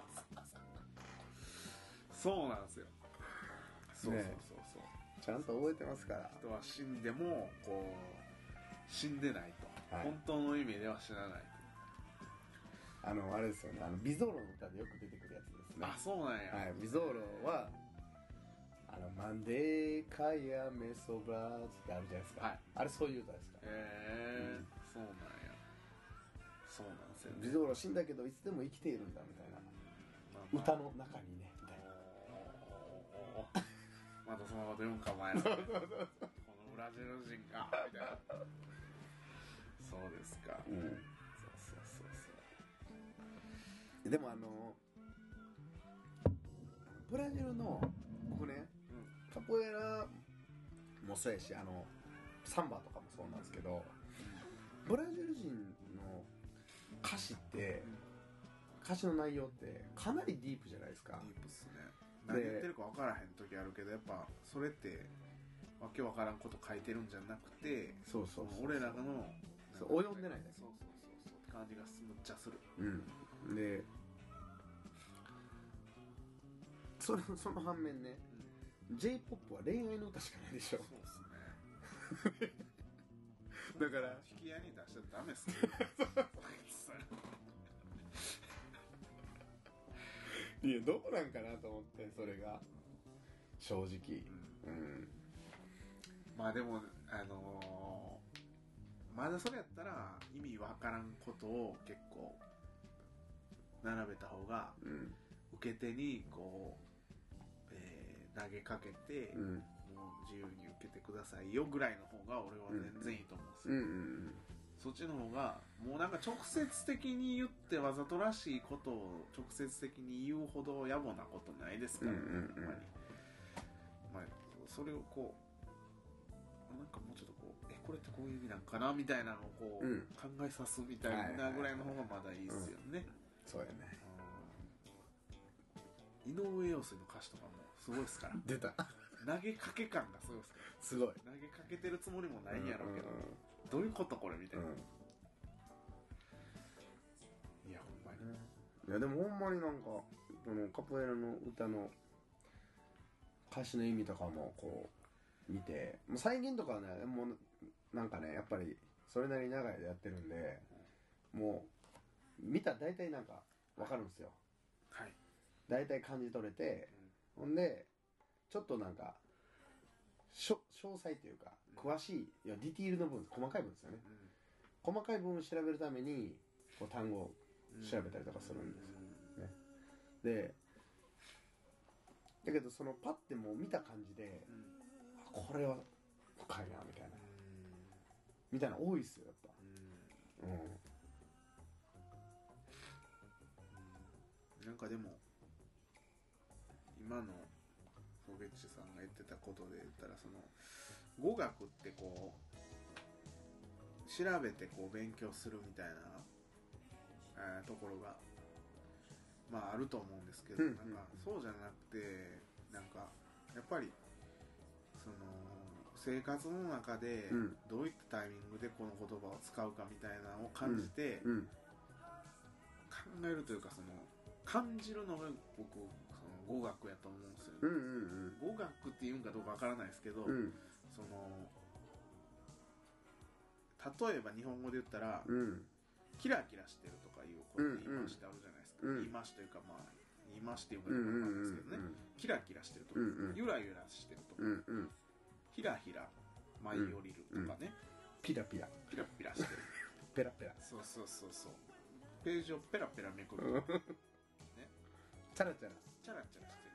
そうなんですよ。そうそうそうそう、 ちゃんと覚えてますから。 人は死んでもこう死んでないと、はい、本当の意味では死なないと。 あのあれですよね、あのビゾーロの歌でよく出てくるやつですね。 あ、そうなんや。 はい、ビゾーロはあのマンデーカヤメソブラーってあるじゃないですか、はい、あれそういう歌ですから。 へえー、うん、そうなんや。そうなんですよね。 ビゾーロ死んだけどいつでも生きているんだみたいな、まあまあ、歌の中にねみたいな。 またそのこと読むか前のこのブラジル人がみたいな。そうですか、うん、そうそうそうそう。でもあのブラジルの僕ね、うん、カポエラもそうやし、あのサンバとかもそうなんですけど、ブラジル人の歌詞って、歌詞の内容ってかなりディープじゃないですか。 ディープっすね。何言ってるか分からへん時あるけど、やっぱそれってわけ分からんこと書いてるんじゃなくて、 そうそうそうそう、 俺らのそう及んでないね。 そうそうそうそうって感じがむっちゃする。 うん。でそれその反面ね、うん、J-ポップ は恋愛の歌しかないでしょ。 そうっすね。だから引き合いに出しちゃダメっすね。 いや、どうなんかなと思って、それが正直、うん、うん、 まあでもあのー、まだそれやったら意味わからんことを結構並べた方が、うん、受け手にこう、えー、投げかけて、うん、もう自由に受けてくださいよぐらいの方が俺は全然いいと思うんですよ、うんうんうん、そっちの方がもうなんか直接的に言ってわざとらしいことを直接的に言うほど野暮なことないですからね、うんうんうん、まあ、それをこうなんかもうちょっとこうえこれってこういう意味なんかなみたいなのをこう、うん、考えさすみたいなぐらいの方がまだいいですよね、うん、 そうやね。 井上陽水の歌詞とかもすごいですから出た投げかけ感がすごいですから。 すごい投げかけてるつもりもないんやろうけど、うんうん、どういうことこれみたいな、うん、いやほんまに、 いやでもほんまになんかこのカポエラの歌の歌詞の意味とかもこう見て、もう最近とかはねもうなんかねやっぱりそれなりに長いでやってるんで、もう見たら大体なんか分かるんですよ。はい、大体感じ取れて、うん、ほんでちょっとなんか詳細というか詳しい、いやディティールの部分、細かい部分ですよね、うん、細かい部分を調べるためにこう単語を調べたりとかするんですよ、ね、でだけどそのパッてもう見た感じで、うん、これは深いなみたいな、うん、みたいな多いっすよやっぱ、うんうん、 なんかでも今のフォゲッチさんが言ってたことで言ったら、その語学ってこう調べてこう勉強するみたいな、えー、ところがまああると思うんですけど、うんうん、なんかそうじゃなくて、なんかやっぱりその生活の中でどういったタイミングでこの言葉を使うかみたいなのを感じて考えるというか、その感じるのが僕語学やと思うんですよ、ね、うんうんうん、語学っていうんかどうかわからないですけど、うん、その例えば日本語で言ったら、うん、キラキラしてるとかいうこう言い回しってあるじゃないですか、うん、言い回しというかまあ言い回しっていうかどうかわかんないですけどね、うんうんうん、キラキラしてるとか、うんうん、ゆらゆらしてるとか、うんうん、ひらひら舞い降りるとかね、うんうん、 ピラピラピラピラしてるペラペラ、 そうそうそうそう、ページをペラペラめくるね、 チャラチャラチャラチャラして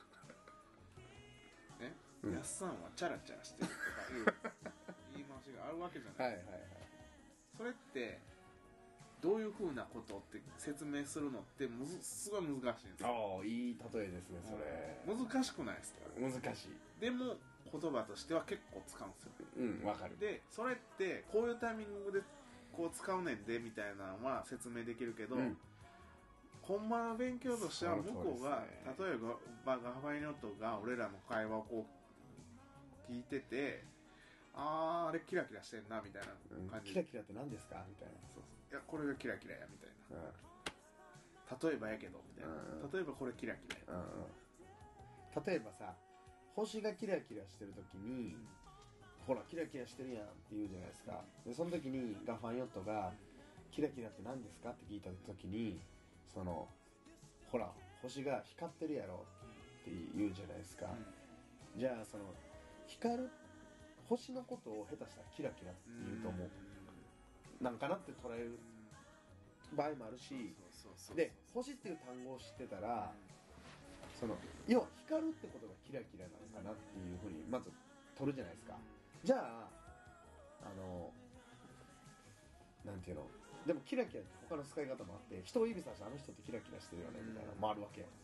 るね、うん、やっさんはチャラチャラしてるとかいう言い回しがあるわけじゃないですか、はいはいはい、それってどういう風なことって説明するのってむずすごい難しいんですよ。 ああ、いい例えですねそれ。 難しくないですか。 難しい。 でも言葉としては結構使うんですよ。 うん、わかる。 でそれってこういうタイミングでこう使うねんでみたいなのは説明できるけど、うん、ほんまの勉強としては向こうが、ね、例えばガファイニョットが俺らの会話をこう聞いてて、 あーあれキラキラしてんなみたいな感じ、 うん、キラキラって何ですかみたいな。 そうそう、いやこれがキラキラやみたいな、 うん、 例えばやけどみたいな、うん、例えばこれキラキラや、 うんうん、例えばさ星がキラキラしてる時に、うん、ほらキラキラしてるやんって言うじゃないですか。でその時にガファンヨットがキラキラって何ですかって聞いた時に、そのほら星が光ってるやろって言うじゃないですか、うん、じゃあその光る星のことを下手したらキラキラって言うと思う、うん、なんかなって捉える場合もあるし、で星っていう単語を知ってたら、うん、その要は光るってことがキラキラなのかなっていうふうにまず取るじゃないですか。じゃああのなんていうの、でもキラキラって他の使い方もあって、人を指さしてあの人ってキラキラしてるよねみたいなのもあるわけ。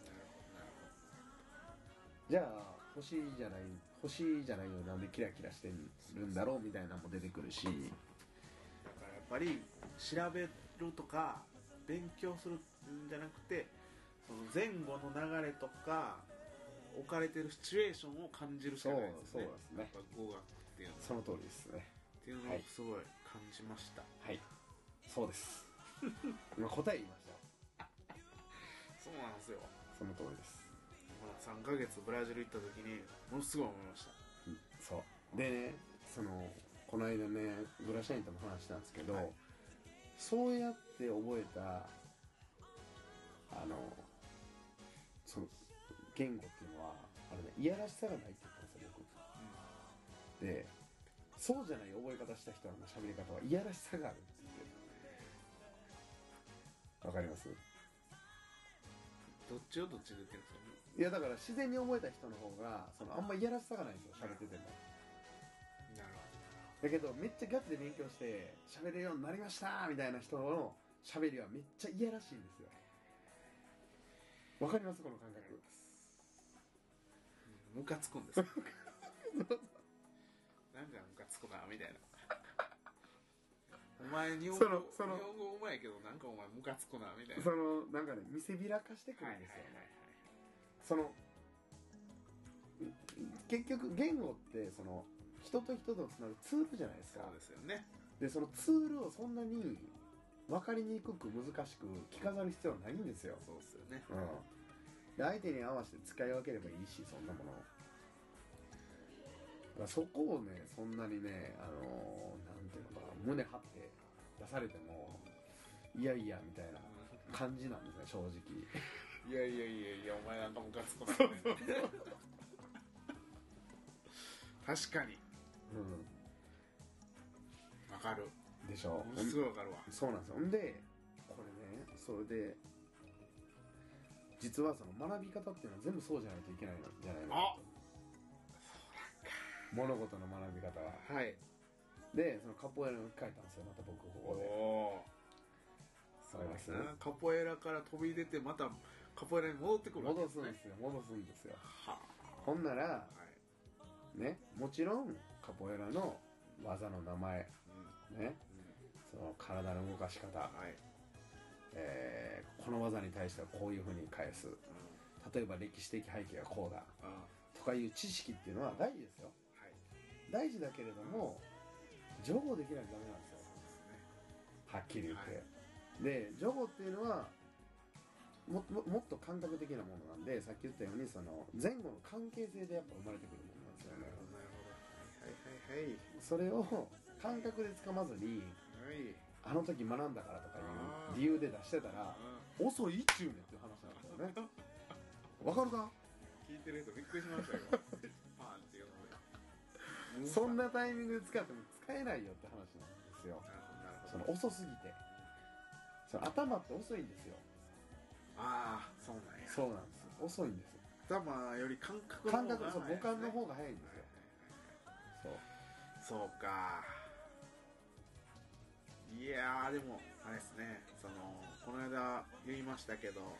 じゃあ星じゃない星じゃないよ、なんでキラキラしてるんだろうみたいなのも出てくるし、だからやっぱり調べるとか勉強するんじゃなくて、その前後の流れとか置かれてるシチュエーションを感じるしかないですね。 そうですね。 語学っていうのはその通りですね。 っていうのをすごい感じました。 はい、そうです今答え言いましたそうなんですよ。 その通りです。 さんかげつブラジル行った時にものすごい思いました。 うん、そうでね、そのこの間ねグラシャインとも話したんですけど、はい、そうやって覚えたあのその言語っていうのはあれね、いやらしさがないって言ったんですよ僕、うん、でそうじゃない覚え方した人の喋り方はいやらしさがあるって言って、わかります？ どっちをどっちで言ってるんですか？ いやだから自然に覚えた人の方がそのあんまいやらしさがないんですよ、喋ってても。 なるほど。だけどめっちゃガチで勉強して喋れるようになりましたみたいな人の喋りはめっちゃいやらしいんですよ。わかりますこの感覚？ ムカつくんですよなんかムカつくなみたいなお前日本語、日本語うまいけどなんかお前ムカつくなみたいな、 そのなんかね見せびらかしてくるんですよ、はいはいはいはい、その結局言語ってその人と人とつなぐツールじゃないですか。 そうですよね。 でそのツールをそんなに分かりにくく難しく着飾る必要はないんですよ。 そうですよね、 うん、で相手に合わせて使い分ければいいし、そんなものだからそこをねそんなにね、あのー、なんていうのかな、胸張って出されてもいやいやみたいな感じなんですね正直いやいやいやいやお前なんかムカつくな確かにうんわかるでしょ。 すごいわかるわ。 そうなんですよ。んでこれね、それで実はその学び方っていうのは全部そうじゃないといけないのじゃないのかと。物事の学び方は。 はい。でそのカポエラに書いたんですよまた僕ここで。 おそうですね。カポエラから飛び出てまたカポエラに戻ってくるわけですね。 戻すんですよ戻すんですよ。はほんなら、はい、ね、もちろんカポエラの技の名前、うん、ね、うん、その体の動かし方、はい、えー、この技に対してはこういう風に返す、うん、例えば歴史的背景がこうだ、うん、とかいう知識っていうのは大事ですよ、はい、大事だけれども、うん、情報できないとダメなんですよ、はっきり言って、はい、で情報っていうのはも, も, もっと感覚的なものなんで、さっき言ったようにその前後の関係性でやっぱ生まれてくるものなんですよね。なるほど、はいはいはいはい。それを感覚でつかまずに、はい、あの時学んだからとかいう理由で出してたら遅いっちゅうねんっていう話なんですよね。わかるか？ 聞いてる人びっくりしましたよパーンっていうのでそんなタイミングで使っても使えないよって話なんですよ。その遅すぎて、その頭って遅いんですよ。 ああ、そうなんや。 そうなんです。遅いんです。 頭より感覚の方が、 感覚、そう、五感の方が早いんですよ。 そう。そうか。いやーでもあれですね。そのこの間言いましたけど、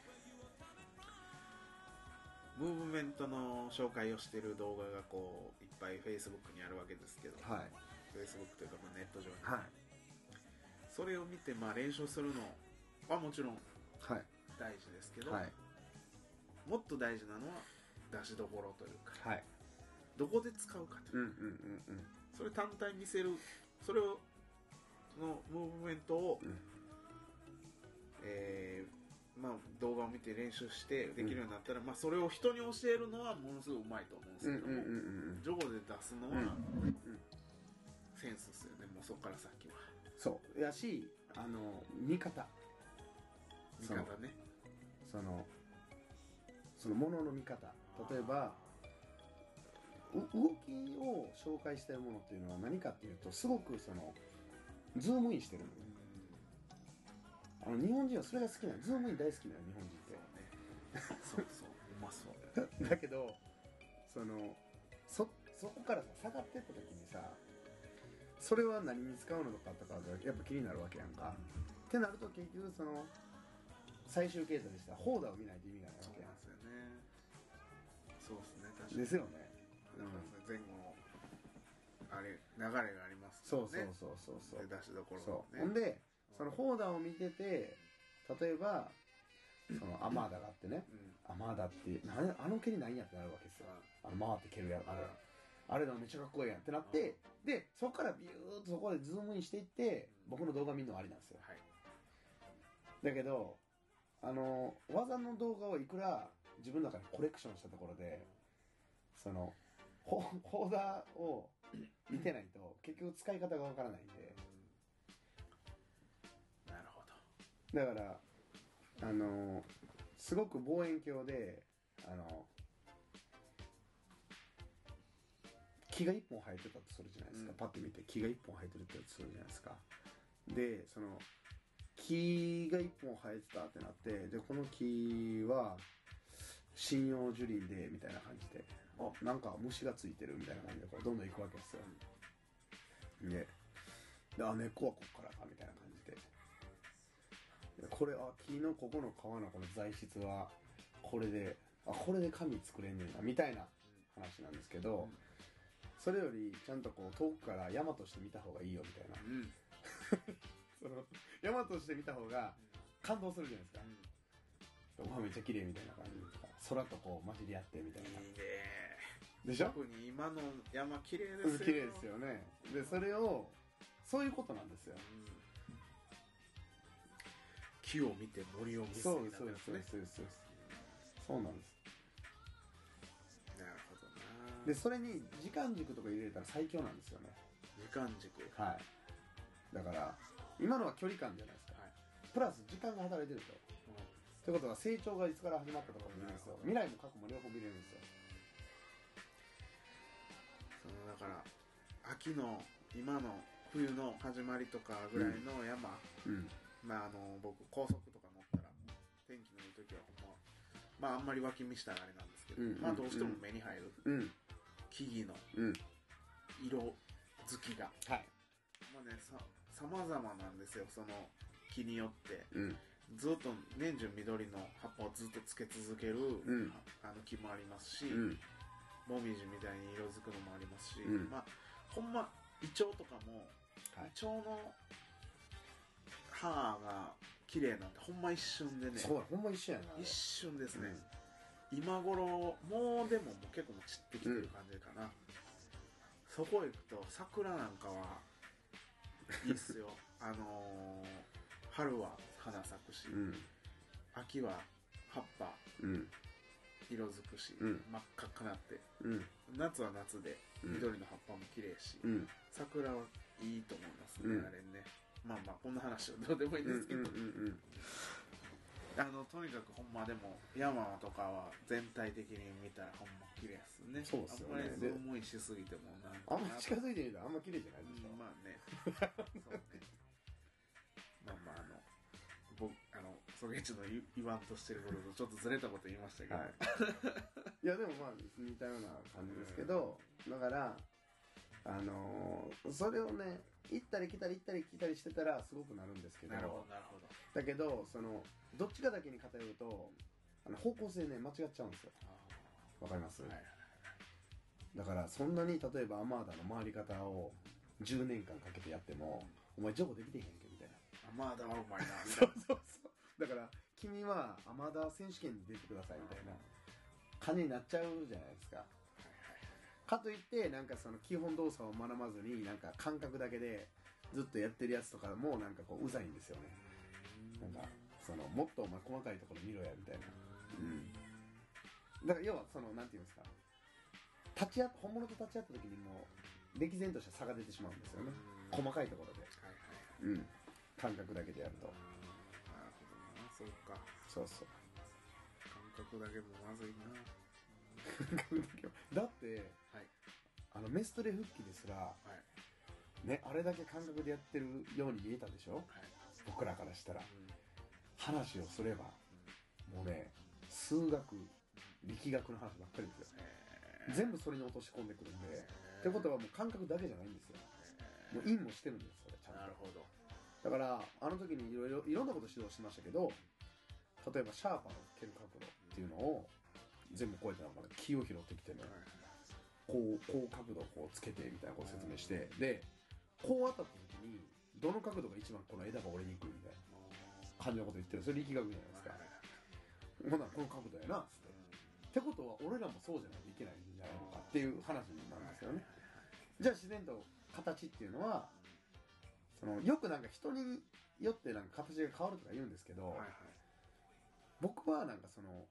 ムーブメントの紹介をしている動画がこういっぱい Facebook にあるわけですけど、はい。Facebook というかまあネット上に。はい。それを見てまあ練習するのはもちろん。はい。大事ですけど、はい、もっと大事なのは出しどころというか、はい、どこで使うかという、うんうんうんうん、そそれ単体見せる、それをのムーブメントを、うん、えー、まあ動画を見て練習してできるようになったら、うん、まあそれを人に教えるのはものすごいうまいと思うんですけども、うんうんうんうん、ジョーで出すのは、うんうん、センスですよね。もうそこから先はそうやし、あの見方見方ね、 そのそのものの見方、例えば動きを紹介しているものっていうのは何かっていうと、すごくそのズームインしてるのね。あの日本人はそれが好きなの。ズームイン大好きなの日本人って。 そうそう、うまそう。 だけどその そ, そこからさ下がってった時にさ、それは何に使うのかとかがやっぱ気になるわけやんか、うん、ってなると結局その最終形態でしたらホーダーを見ないと意味がないわけやん。 そうですね、確かにですよね。 うん、前後のあれ流れがありますからね。そうそうそうそうそう。 出しどころ、ね、 そう。ほんでそのホーダーを見てて、例えばそのアマーダがあってね、うん、アマーダってあの蹴りなんやってなるわけですよ。あの回って蹴るやん、あれ、あれのめっちゃかっこいいやんってなって、でそこからビューッとそこでズームインしていって僕の動画見るのはありなんですよ、はい、だけどあの技の動画をいくら自分の中でコレクションしたところで、そのホーダーを見てないと結局使い方がわからないんで、 なるほど。 だからあのすごく望遠鏡であの木が一本生えてたとするじゃないですか、うん、パッて見て木が一本生えてるってするじゃないですか。でその木が一本生えてたってなって、でこの木は針葉樹林でみたいな感じで、あなんか虫がついてるみたいな感じでこうどんどん行くわけですよ。で、であ根っこはこっからかみたいな感じで、これあ木のここの皮のこの材質はこれで、あこれで紙作れんねんなみたいな話なんですけど、うん、それよりちゃんとこう遠くから山として見た方がいいよみたいな、うん、その山として見た方が感動するじゃないですか、うん、めっちゃ綺麗みたいな感じで空とこう混じり合ってみたいな。いいねでしょ。 特に今の山綺麗ですよ。 綺麗ですよね。でそれをそういうことなんですよ、うん、 木を見て森を見せるみたいなね。 そうそうそうそうそうなんです。 なるほどな。 でそれに時間軸とか入れたら最強なんですよね。 時間軸、 はい。だから今のは距離感じゃないですか、はい、プラス時間が働いてると、うん、ってことは成長がいつから始まったとかも見るんですよ。未来も過去も両方見れるんですよ。 そのだから秋の今の冬の始まりとかぐらいの山、うん、まああの僕高速とか乗ったら天気のいい時はほんままああんまり脇見したらあれなんですけど、うんうんうん、まあどうしても目に入る、うん、木々の色づきが、はい、まあねさ様々なんですよ。その木によって、うん、ずっと年中緑の葉っぱをずっとつけ続ける、うん、あの木もありますし、うん、もみじみたいに色づくのもありますし、うん、まあほんまイチョウとかも、はい、イチョウの葉が綺麗なんてほんま一瞬でね。 そうほんま一瞬やな。 一瞬ですね、うん、今頃もうでももう結構散ってきてる感じかな、うん、そこへ行くと桜なんかはいいっすよあのー、春は花咲くし、うん、秋は葉っぱ、うん、色づくし、うん、真っ赤っかなって、うん、夏は夏で緑の葉っぱも綺麗し、うん、桜はいいと思いますね、うん、あれね。まあまあこんな話はどうでもいいんですけど、うんうんうんうん、あのとにかくほんまでも山とかは全体的に見たらほんま綺麗ですね。 そうですよね。 あんまりズームインしすぎてもなんかあんま近づいてみたらあんま綺麗じゃないでしょ、 うん、まあねそうねまあまああの僕あのソゲッチの言わんとしてることとちょっとずれたこと言いましたけど、はい、 いやでもまあ似たような感じですけど、だからあのー、それをね行ったり来たり行ったり来たりしてたらすごくなるんですけど、 なるほどなるほど。 だけどそのどっちかだけに偏るとあの方向性ね間違っちゃうんですよ。わかります、はいはいはい、だからそんなに例えばアマーダの回り方をじゅうねんかんかけてやっても、うん、お前ジョコできてへんけみたいな。 アマーダはうまいなそうそうそうだから君はアマーダ選手権に出てくださいみたいな感じになっちゃうじゃないですか。 かといってなんかその基本動作を学ばずになんか感覚だけでずっとやってるやつとかもなんかこううざいんですよね。なんかそのもっとお前細かいところ見ろやみたいな。うん。だから要はそのなんていうんですか、立ち会本物と立ち会った時にもう歴然とした差が出てしまうんですよね。細かいところで。はいはいはい。うん。感覚だけでやると。なるほどな。そうか。 そうそう。 感覚だけもまずいな。 感覚だけも。だって、はい、あのメストレ復帰ですら、はい、ね、あれだけ感覚でやってるように見えたでしょ、はい、僕らからしたら、うん、話をすれば、うん、もうね、数学力学の話ばっかりですよ、全部それに落とし込んでくるんで、ってことはもう感覚だけじゃないんですよ、もうインもしてるんですそれちゃんと。なるほど。だからあの時にいろいろいろんなこと指導しましたけど、例えばシャーパーの蹴る角度っていうのを全部こうやってなんか、ね、木を拾ってきてね、こうこう角度をこうつけてみたいなことを説明して、でこう当たった時にどの角度が一番この枝が折れにくいみたいな感じのこと言ってる。それ力学じゃないですか。ほなこの角度やなっつって、ってことは俺らもそうじゃないといけないんじゃないのかっていう話なんですよね。じゃあ自然と形っていうのはそのよくなんか人によってなんか形が変わるとか言うんですけど、はいはい、僕はなんかその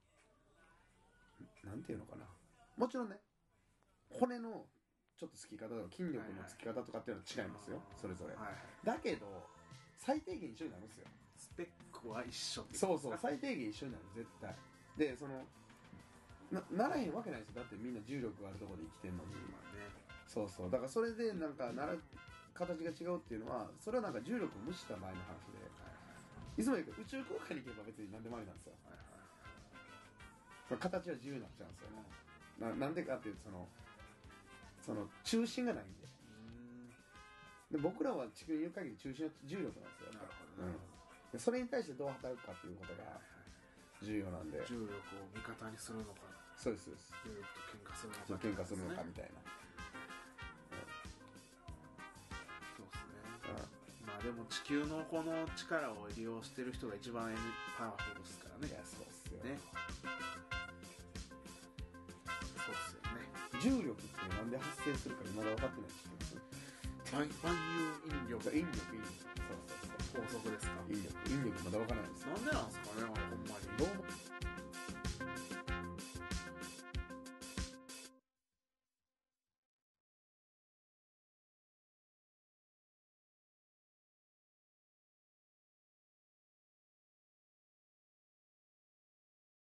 なんていうのかな、もちろんね骨のちょっとつき方とか筋力のつき方とかっていうのは違いますよ、それぞれ、はいはい、だけど最低限一緒になるんですよ。 スペックは一緒ってそうそう、最低限一緒になる絶対で、その な, ならへんわけないですよ。だってみんな重力があるところで生きてんのに、まあね、そうそう、だからそれでなんかなら形が違うっていうのはそれはなんか重力を無視した場合の話で、いつも言うけど宇宙空間に行けば別に何でもありなんですよ、はいはい、その形は自由になっちゃうんですよね、な, なんでかっていうとそのその中心がないんで、で僕らは地球にいる限り中心は重力なんですよ。なるほど、うん、でそれに対してどう働くかっていうことが重要なんで、 重力を味方にするのか、 そうですそうです、 重力と喧嘩するのか、 喧嘩するのかみたいな、うん、 そうですね、うん、まあでも地球のこの力を利用してる人が一番パワフルですからね。 いやそうっすよね、そうっすよね。 重力ってなんで発生するかまだ分かってないし、 万有引力、 引力、引力、そうそうそう、 法則ですか。 引力、引力まだ分からないです。 なんでなんですかね、ほんまに。どう